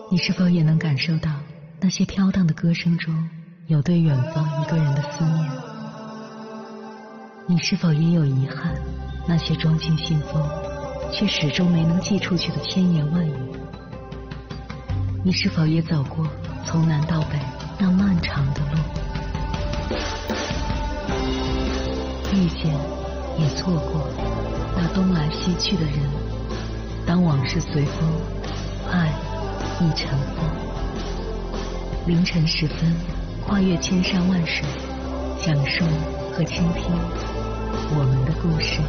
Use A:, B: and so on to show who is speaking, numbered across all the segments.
A: 你是否也能感受到那些飘荡的歌声中有对远方一个人的思念？你是否也有遗憾，那些装进信封却始终没能寄出去的千言万语？你是否也走过从南到北那漫长的路？遇见也错过那东来西去的人，当往事随风，爱已成风。凌晨时分，跨越千山万水，讲述和倾听我们的故事。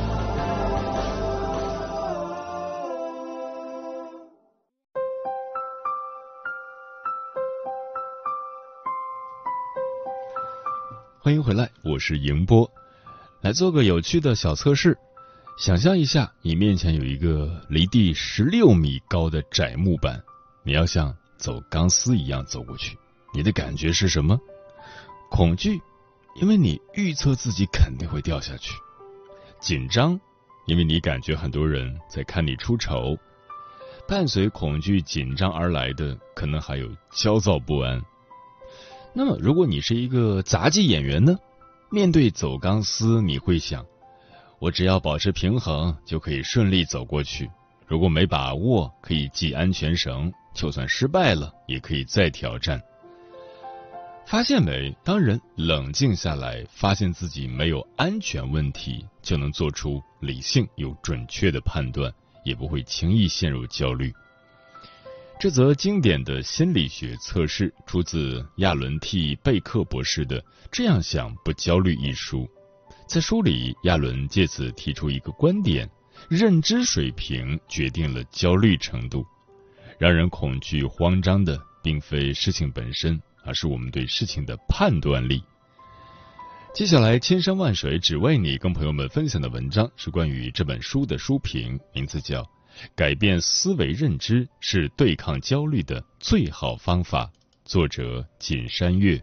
B: 欢迎回来，我是迎波。来做个有趣的小测试，想象一下，你面前有一个离地16米高的窄木板，你要像走钢丝一样走过去，你的感觉是什么？恐惧，因为你预测自己肯定会掉下去；紧张，因为你感觉很多人在看你出丑；伴随恐惧紧张而来的，可能还有焦躁不安。那么如果你是一个杂技演员呢？面对走钢丝，你会想，我只要保持平衡就可以顺利走过去，如果没把握可以系安全绳，就算失败了也可以再挑战。发现没？当人冷静下来，发现自己没有安全问题，就能做出理性又准确的判断，也不会轻易陷入焦虑。这则经典的心理学测试出自亚伦 T 贝克博士的《这样想不焦虑》一书。在书里，亚伦借此提出一个观点：认知水平决定了焦虑程度。让人恐惧慌张的并非事情本身，而是我们对事情的判断力。接下来千山万水只为你跟朋友们分享的文章是关于这本书的书评，名字叫改变思维认知是对抗焦虑的最好方法，作者锦山月。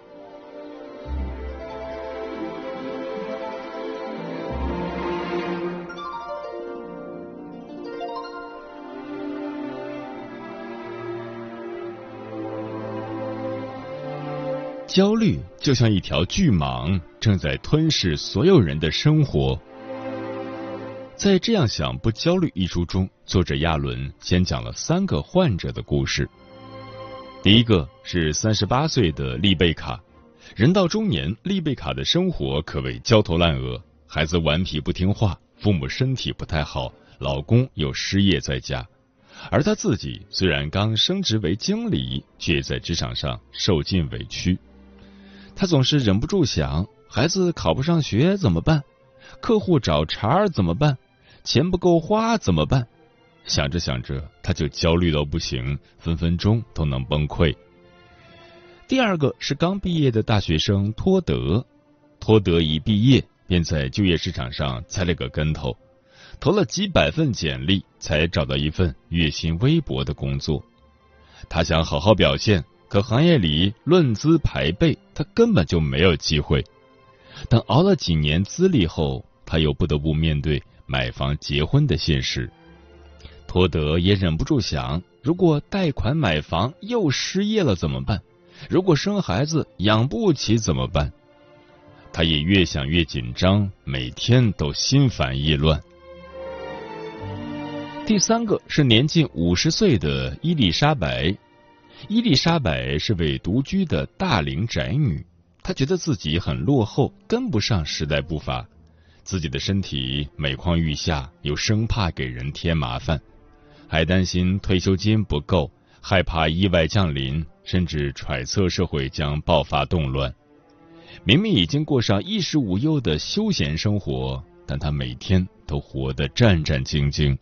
B: 焦虑就像一条巨蟒，正在吞噬所有人的生活。在《这样想不焦虑》一书中，作者亚伦先讲了3个患者的故事。第一个是38岁的丽贝卡，人到中年，丽贝卡的生活可谓焦头烂额，孩子顽皮不听话，父母身体不太好，老公又失业在家，而她自己虽然刚升职为经理，却在职场上受尽委屈。她总是忍不住想，孩子考不上学怎么办？客户找茬怎么办？钱不够花怎么办？想着想着，他就焦虑到不行，分分钟都能崩溃。第二个是刚毕业的大学生托德，托德一毕业便在就业市场上栽了个跟头，投了几百份简历才找到一份月薪微薄的工作。他想好好表现，可行业里论资排辈，他根本就没有机会。等熬了几年资历后，他又不得不面对买房结婚的现实。托德也忍不住想，如果贷款买房又失业了怎么办？如果生孩子养不起怎么办？他也越想越紧张，每天都心烦意乱。第三个是年近50岁的伊丽莎白。伊丽莎白是位独居的大龄宅女，她觉得自己很落后，跟不上时代步伐，自己的身体每况愈下，又生怕给人添麻烦，还担心退休金不够，害怕意外降临，甚至揣测社会将爆发动乱。明明已经过上衣食无忧的休闲生活，但她每天都活得战战兢兢。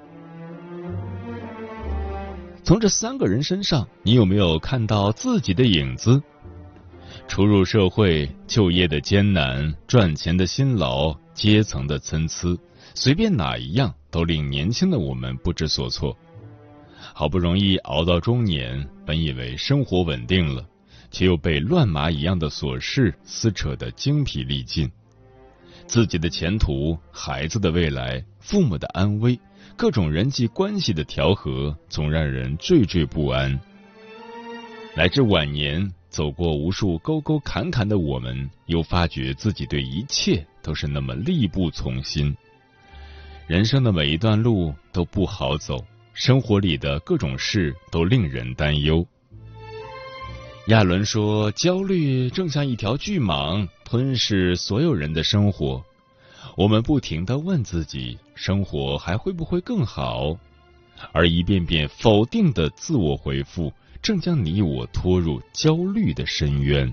B: 从这3个人身上，你有没有看到自己的影子？初入社会，就业的艰难，赚钱的辛劳，阶层的参差，随便哪一样都令年轻的我们不知所措。好不容易熬到中年，本以为生活稳定了，却又被乱麻一样的琐事撕扯得精疲力尽。自己的前途、孩子的未来、父母的安危， 各种人际关系的调和总让人惴惴不安。乃至晚年走过无数沟沟坎坎的我们，又发觉自己对一切都是那么力不从心。人生的每一段路都不好走，生活里的各种事都令人担忧。亚伦说，焦虑正像一条巨蟒，吞噬所有人的生活。我们不停地问自己，生活还会不会更好？而一遍遍否定的自我回复，正将你我拖入焦虑的深渊。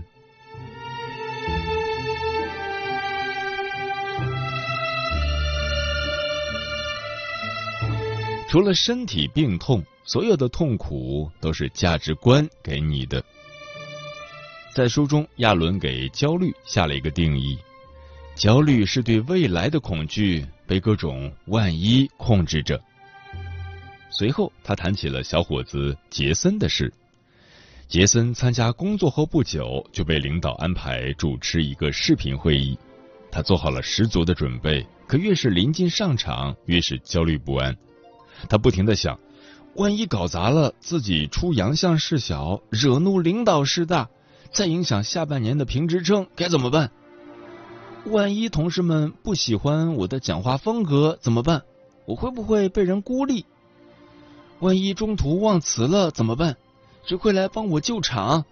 B: 除了身体病痛，所有的痛苦都是价值观给你的。在书中，亚伦给焦虑下了一个定义：焦虑是对未来的恐惧，被各种万一控制着。随后，他谈起了小伙子杰森的事。杰森参加工作后不久，就被领导安排主持一个视频会议。他做好了十足的准备，可越是临近上场，越是焦虑不安。他不停地想，万一搞砸了，自己出洋相事小，惹怒领导事大，再影响下半年的评职称，该怎么办？万一同事们不喜欢我的讲话风格怎么办？我会不会被人孤立？万一中途忘词了怎么办？谁会来帮我救场？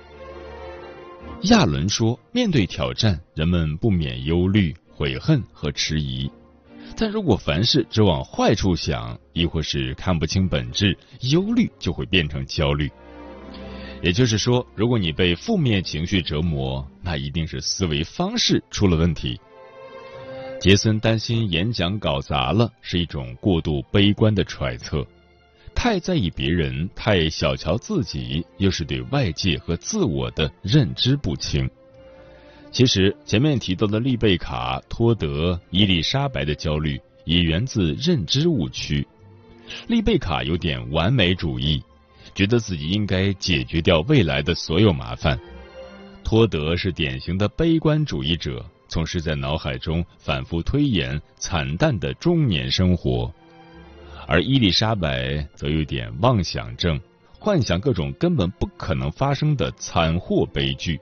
B: 亚伦说，面对挑战，人们不免忧虑、悔恨和迟疑。但如果凡事只往坏处想，亦或是看不清本质，忧虑就会变成焦虑。也就是说，如果你被负面情绪折磨，那一定是思维方式出了问题。杰森担心演讲搞砸了，是一种过度悲观的揣测。太在意别人，太小瞧自己，又是对外界和自我的认知不清。其实前面提到的丽贝卡、托德、伊丽莎白的焦虑也源自认知误区。丽贝卡有点完美主义，觉得自己应该解决掉未来的所有麻烦。托德是典型的悲观主义者，总是在脑海中反复推演惨淡的中年生活。而伊丽莎白则有点妄想症，幻想各种根本不可能发生的惨祸悲剧。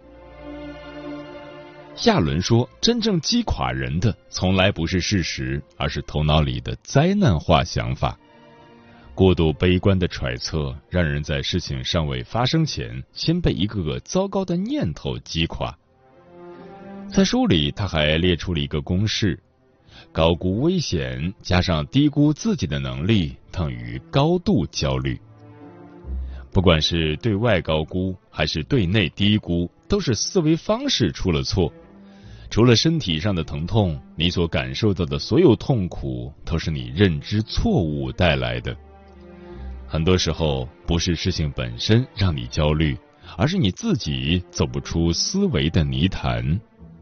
B: 亚伦说，真正击垮人的从来不是事实，而是头脑里的灾难化想法。过度悲观的揣测，让人在事情尚未发生前，先被一个个糟糕的念头击垮。在书里，他还列出了一个公式：高估危险加上低估自己的能力等于高度焦虑。不管是对外高估还是对内低估，都是思维方式出了错。除了身体上的疼痛，你所感受到的所有痛苦都是你认知错误带来的。很多时候不是事情本身让你焦虑，而是你自己走不出思维的泥潭。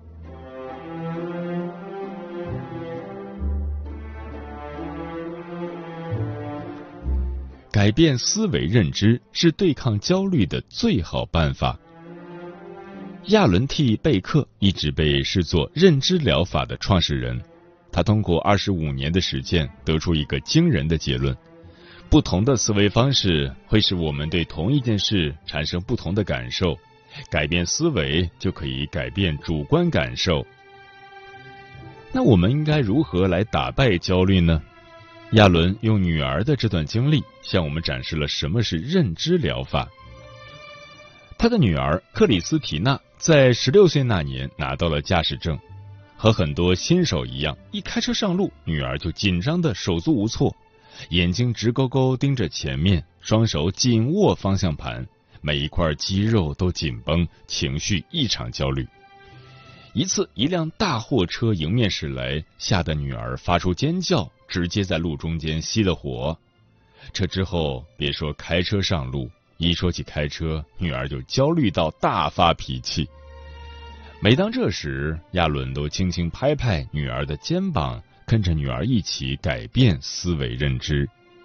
B: 改变思维认知是对抗焦虑的最好办法。亚伦 T 贝克一直被视作认知疗法的创始人，他通过25年的实践得出一个惊人的结论：不同的思维方式会使我们对同一件事产生不同的感受，改变思维就可以改变主观感受。那我们应该如何来打败焦虑呢？亚伦用女儿的这段经历向我们展示了什么是认知疗法。他的女儿克里斯提娜在16岁那年拿到了驾驶证，和很多新手一样，一开车上路，女儿就紧张的手足无措，眼睛直勾勾盯着前面，双手紧握方向盘，每一块肌肉都紧绷，情绪异常焦虑。一次，一辆大货车迎面驶来，吓得女儿发出尖叫，直接在路中间熄了火。这之后，别说开车上路，一说起开车，女儿就焦虑到大发脾气。每当这时，亚伦都轻轻拍拍女儿的肩膀，跟着女儿一起改变思维认知。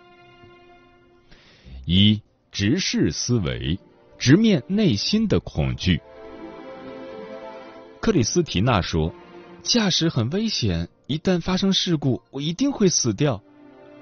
B: 一、直视思维，直面内心的恐惧。克里斯提娜说，驾驶很危险，一旦发生事故，我一定会死掉。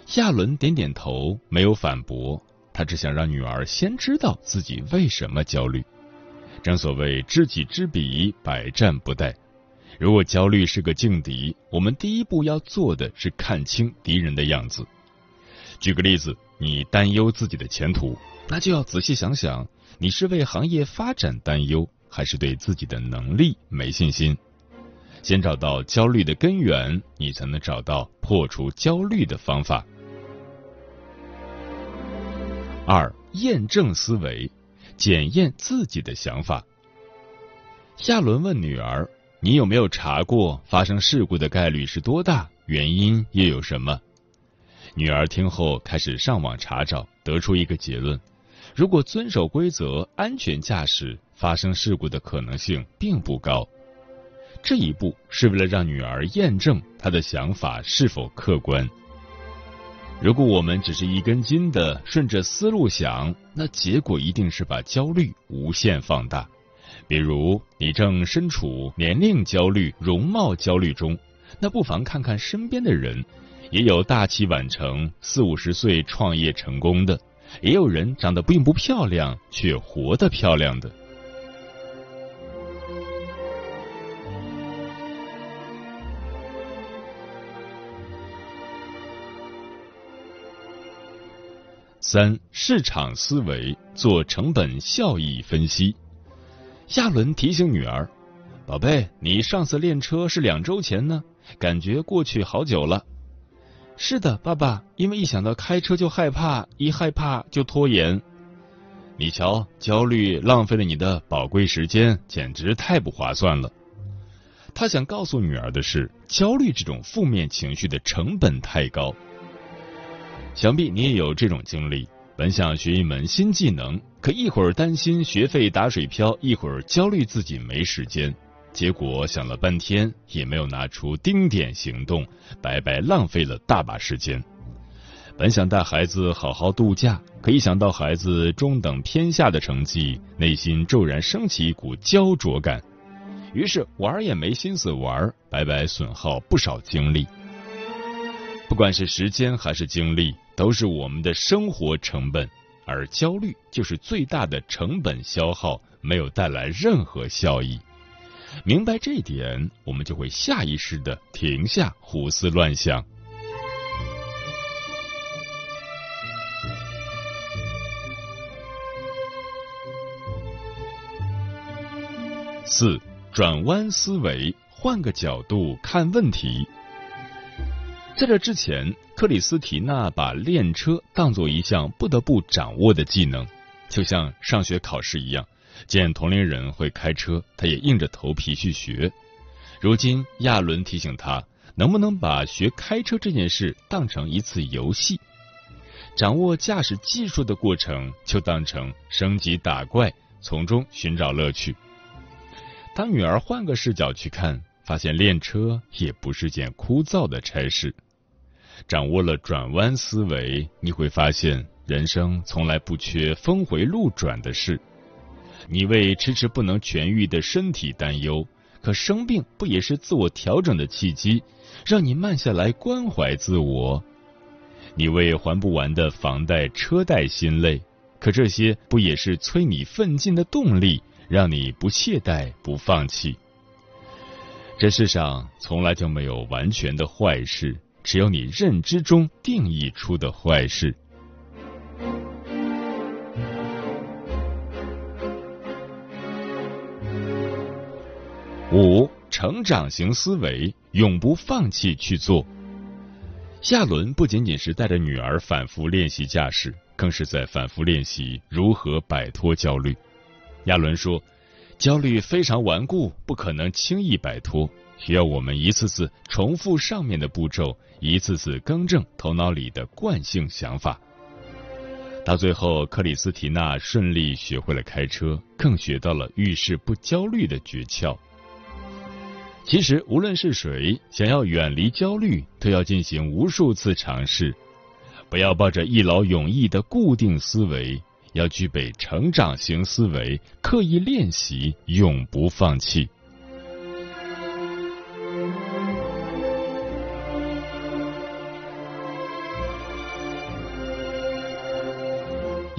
B: 亚伦点点头，没有反驳，他只想让女儿先知道自己为什么焦虑。正所谓知己知彼，百战不殆。如果焦虑是个劲敌，我们第一步要做的是看清敌人的样子。举个例子，你担忧自己的前途，那就要仔细想想，你是为行业发展担忧，还是对自己的能力没信心？先找到焦虑的根源，你才能找到破除焦虑的方法。2. 验证思维，检验自己的想法。亚伦问女儿，你有没有查过发生事故的概率是多大，原因又有什么？女儿听后开始上网查找，得出一个结论：如果遵守规则，安全驾驶，发生事故的可能性并不高。这一步是为了让女儿验证她的想法是否客观。如果我们只是一根筋的顺着思路想，那结果一定是把焦虑无限放大。比如你正身处年龄焦虑、容貌焦虑中，那不妨看看身边的人，也有大器晚成40-50岁创业成功的，也有人长得并不漂亮却活得漂亮的。3. 市场思维，做成本效益分析。亚伦提醒女儿，宝贝，你上次练车是2周前呢，感觉过去好久了。是的，爸爸，因为一想到开车就害怕，一害怕就拖延。你瞧，焦虑浪费了你的宝贵时间，简直太不划算了。他想告诉女儿的是，焦虑这种负面情绪的成本太高。想必你也有这种经历，本想学一门新技能，可一会儿担心学费打水漂，一会儿焦虑自己没时间，结果想了半天也没有拿出丁点行动，白白浪费了大把时间。本想带孩子好好度假，可一想到孩子中等偏下的成绩，内心骤然升起一股焦灼感，于是玩也没心思玩，白白损耗不少精力。不管是时间还是精力，都是我们的生活成本，而焦虑就是最大的成本消耗，没有带来任何效益。明白这一点，我们就会下意识地停下胡思乱想。4. 转弯思维，换个角度看问题。在这之前，克里斯提娜把练车当作一项不得不掌握的技能，就像上学考试一样，见同龄人会开车，他也硬着头皮去学。如今亚伦提醒他，能不能把学开车这件事当成一次游戏，掌握驾驶技术的过程就当成升级打怪，从中寻找乐趣。当女儿换个视角去看，发现练车也不是件枯燥的差事。掌握了转弯思维，你会发现人生从来不缺峰回路转的事。你为迟迟不能痊愈的身体担忧，可生病不也是自我调整的契机，让你慢下来关怀自我？你为还不完的房贷车贷心累，可这些不也是催你奋进的动力，让你不懈怠不放弃？这世上从来就没有完全的坏事，只有你认知中定义出的坏事。5. 成长型思维，永不放弃去做。亚伦不仅仅是带着女儿反复练习驾驶，更是在反复练习如何摆脱焦虑。亚伦说，焦虑非常顽固，不可能轻易摆脱，需要我们一次次重复上面的步骤，一次次更正头脑里的惯性想法。到最后，克里斯提娜顺利学会了开车，更学到了遇事不焦虑的诀窍。其实无论是谁，想要远离焦虑，都要进行无数次尝试。不要抱着一劳永逸的固定思维，要具备成长型思维，刻意练习，永不放弃。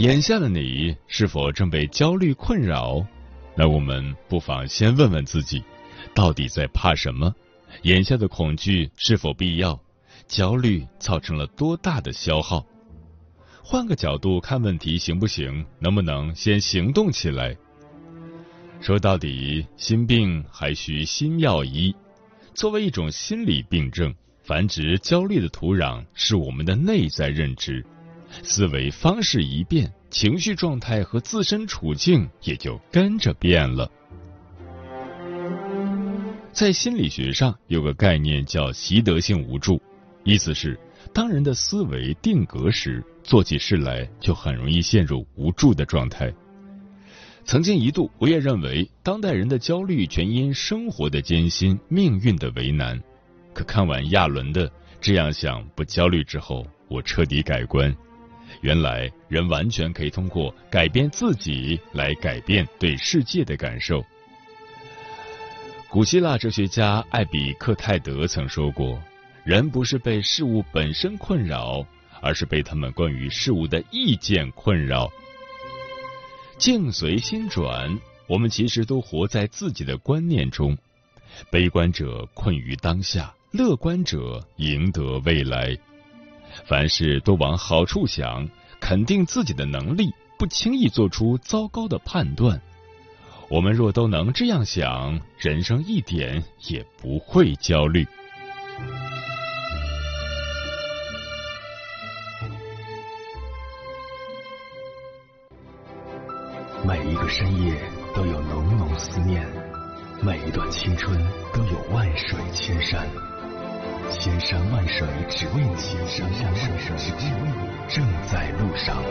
B: 眼下的你是否正被焦虑困扰？那我们不妨先问问自己，到底在怕什么？眼下的恐惧是否必要？焦虑造成了多大的消耗？换个角度看问题行不行？能不能先行动起来？说到底，心病还需心药医。作为一种心理病症，繁殖焦虑的土壤是我们的内在认知，思维方式一变，情绪状态和自身处境也就跟着变了。在心理学上有个概念叫习得性无助，意思是当人的思维定格时，做起事来就很容易陷入无助的状态。曾经一度我也认为当代人的焦虑全因生活的艰辛、命运的为难，可看完亚伦的这样想不焦虑之后，我彻底改观。原来人完全可以通过改变自己来改变对世界的感受。古希腊哲学家艾比克泰德曾说过，人不是被事物本身困扰，而是被他们关于事物的意见困扰。境随心转，我们其实都活在自己的观念中。悲观者困于当下，乐观者赢得未来。凡事都往好处想，肯定自己的能力，不轻易做出糟糕的判断。我们若都能这样想，人生一点也不会焦虑。
C: 每一个深夜都有浓浓思念，每一段青春都有万水千山。千山万水只为你，千山万水只为你，正在路上。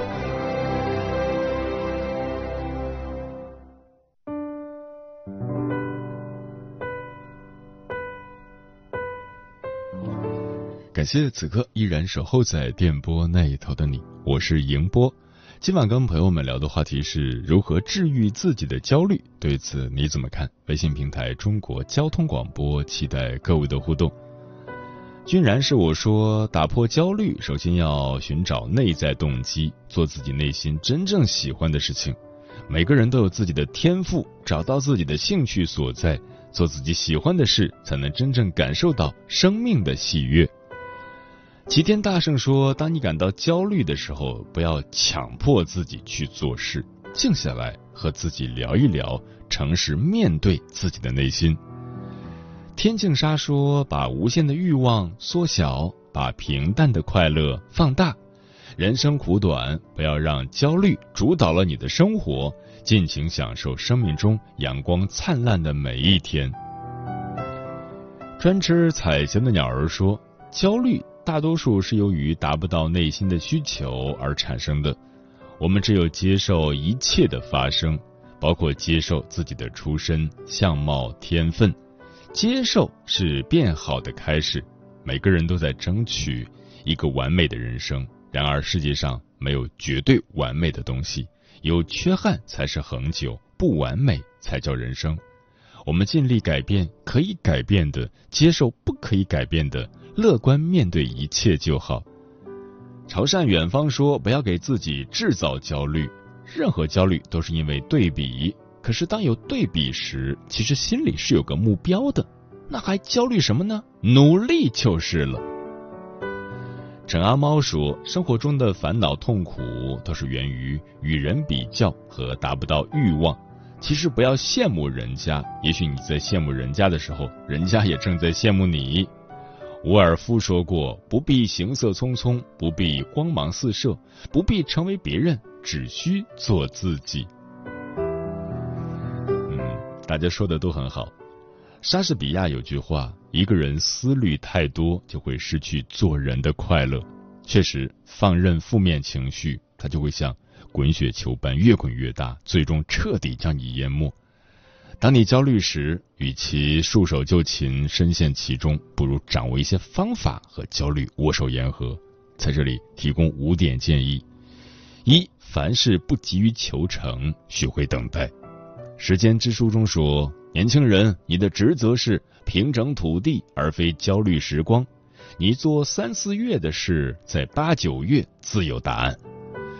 B: 感谢此刻依然守候在电波那一头的你，我是迎波。今晚跟朋友们聊的话题是如何治愈自己的焦虑，对此你怎么看？微信平台中国交通广播，期待各位的互动。君然是我说，打破焦虑首先要寻找内在动机，做自己内心真正喜欢的事情。每个人都有自己的天赋，找到自己的兴趣所在，做自己喜欢的事，才能真正感受到生命的喜悦。齐天大圣说，当你感到焦虑的时候，不要强迫自己去做事，静下来和自己聊一聊，诚实面对自己的内心。天净沙说，把无限的欲望缩小，把平淡的快乐放大。人生苦短，不要让焦虑主导了你的生活，尽情享受生命中阳光灿烂的每一天。专吃彩霞的鸟儿说，焦虑大多数是由于达不到内心的需求而产生的。我们只有接受一切的发生，包括接受自己的出身、相貌、天分。接受是变好的开始。每个人都在争取一个完美的人生，然而世界上没有绝对完美的东西，有缺憾才是恒久，不完美才叫人生。我们尽力改变可以改变的，接受不可以改变的，乐观面对一切就好。朝善远方说，不要给自己制造焦虑，任何焦虑都是因为对比，可是当有对比时，其实心里是有个目标的，那还焦虑什么呢？努力就是了。陈阿猫说，生活中的烦恼痛苦都是源于与人比较和达不到欲望。其实不要羡慕人家，也许你在羡慕人家的时候，人家也正在羡慕你。伍尔夫说过，不必行色匆匆，不必光芒四射，不必成为别人，只需做自己。大家说的都很好。莎士比亚有句话，一个人思虑太多，就会失去做人的快乐。确实，放任负面情绪，它就会像滚雪球般越滚越大，最终彻底将你淹没。当你焦虑时，与其束手就擒深陷其中，不如掌握一些方法和焦虑握手言和。在这里提供5点建议：一、凡事不急于求成，学会等待。时间之书中说，年轻人，你的职责是平整土地，而非焦虑时光。你做3、4月的事，在8、9月自有答案。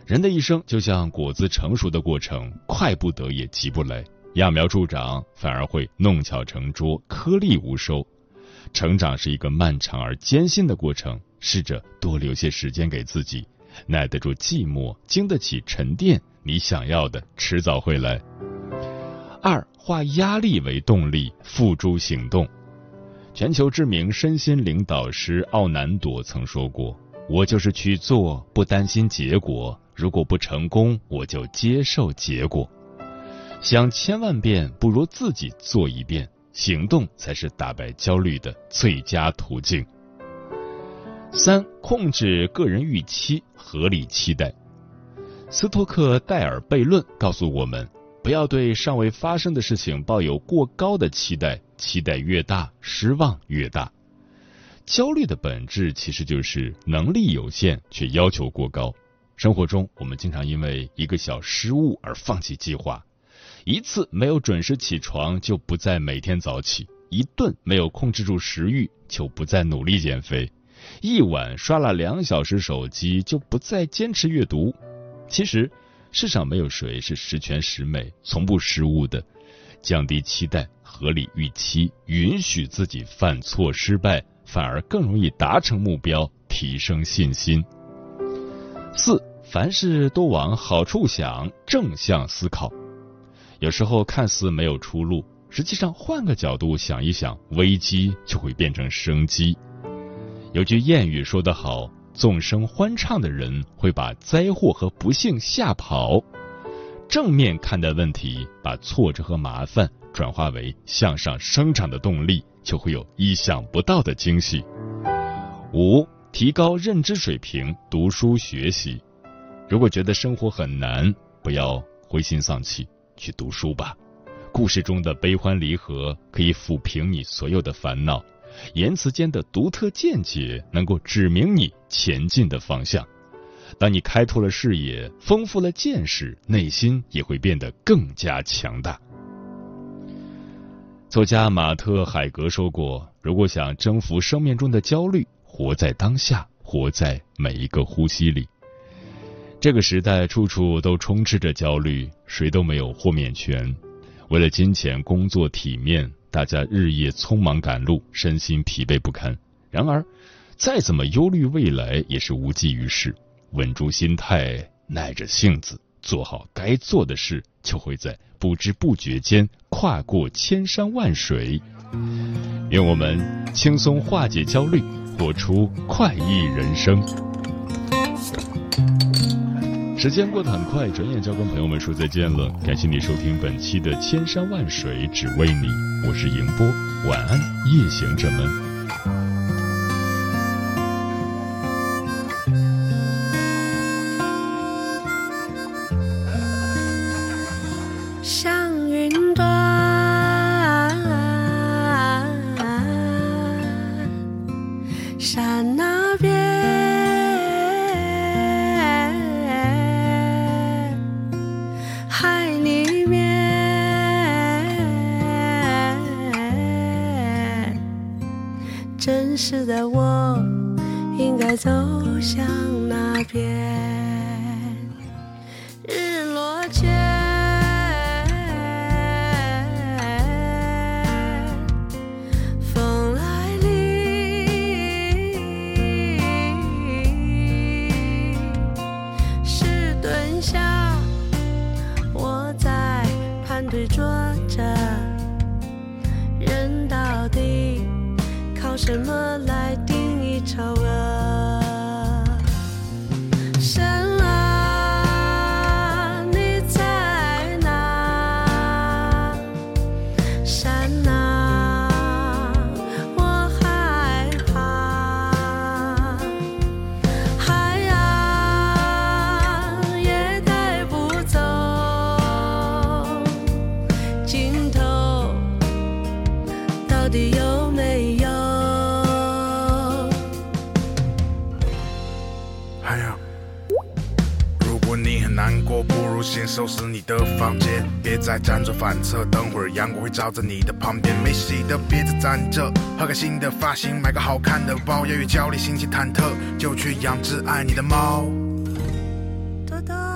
B: 人的一生就像果子成熟的过程，快不得也急不来，揠苗助长反而会弄巧成拙，颗粒无收。成长是一个漫长而艰辛的过程，试着多留些时间给自己，耐得住寂寞，经得起沉淀，你想要的迟早会来。2. 化压力为动力，付诸行动。全球知名身心灵导师奥南朵曾说过，我就是去做，不担心结果，如果不成功，我就接受结果。想千万遍不如自己做一遍，行动才是打败焦虑的最佳途径。3. 控制个人预期，合理期待。斯托克戴尔悖论告诉我们，不要对尚未发生的事情抱有过高的期待，期待越大，失望越大。焦虑的本质其实就是能力有限，却要求过高。生活中，我们经常因为一个小失误而放弃计划，一次没有准时起床就不再每天早起，一顿没有控制住食欲就不再努力减肥，一晚刷了2小时手机就不再坚持阅读。其实世上没有谁是十全十美，从不失误的。降低期待，合理预期，允许自己犯错失败，反而更容易达成目标，提升信心。4. 凡事都往好处想，正向思考。有时候看似没有出路，实际上换个角度想一想，危机就会变成生机。有句谚语说得好，纵声欢畅的人会把灾祸和不幸吓跑。正面看待问题，把挫折和麻烦转化为向上生长的动力，就会有意想不到的惊喜。5. 提高认知水平，读书学习。如果觉得生活很难，不要灰心丧气，去读书吧。故事中的悲欢离合可以抚平你所有的烦恼，言辞间的独特见解能够指明你前进的方向。当你开拓了视野，丰富了见识，内心也会变得更加强大。作家马特·海格说过，如果想征服生命中的焦虑，活在当下，活在每一个呼吸里。这个时代处处都充斥着焦虑，谁都没有豁免权。为了金钱、工作、体面，大家日夜匆忙赶路，身心疲惫不堪。然而，再怎么忧虑未来，也是无济于事。稳住心态，耐着性子，做好该做的事，就会在不知不觉间跨过千山万水。愿我们轻松化解焦虑，活出快意人生。时间过得很快，转眼就要跟朋友们说再见了。感谢你收听本期的千山万水只为你，我是迎波，晚安，夜行者们。
D: 真实的我应该走向那边，日落前风来临，是蹲下，我在盘腿坐着，人到底靠什么来定义丑恶？神啊，你在哪？山啊，我害怕。海啊，也带不走。尽头到底有没有？
E: 难过不如先收拾你的房间，别再辗转反侧，等会儿阳光会照在你的旁边。没洗的别再站着，换个新的发型，买个好看的包，要越焦虑心情忐忑，就去养只爱你的猫。
D: 多多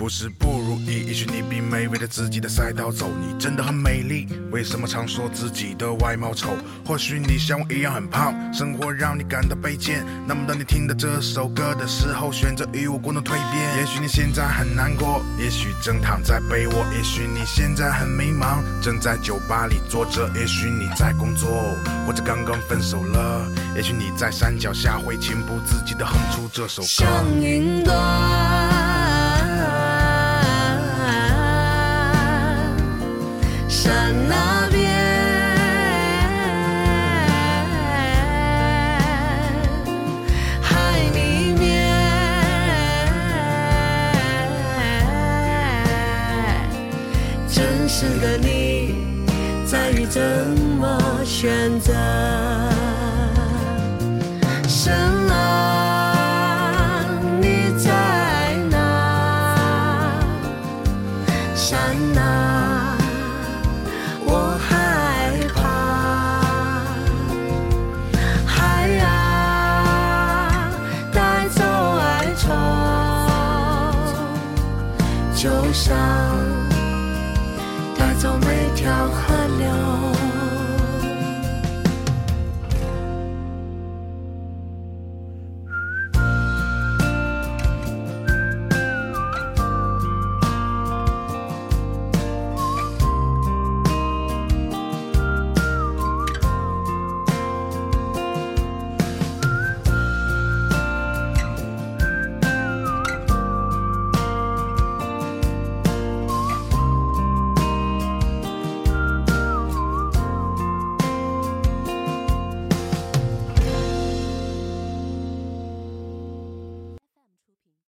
E: 不是不如意，也许你并没围着自己的赛道走，你真的很美丽，为什么常说自己的外貌丑？或许你像我一样很胖，生活让你感到卑贱，那么当你听到这首歌的时候，选择与我共同蜕变。也许你现在很难过，也许正躺在被窝，也许你现在很迷茫，正在酒吧里坐着，也许你在工作，或者刚刚分手了，也许你在山脚下会情不自禁地哼出这首歌。
D: 像云端山那边，海里面，真实的你在于怎么选择。深蓝你在哪？山哪我害怕，海啊带走哀愁，就像带走每条河流。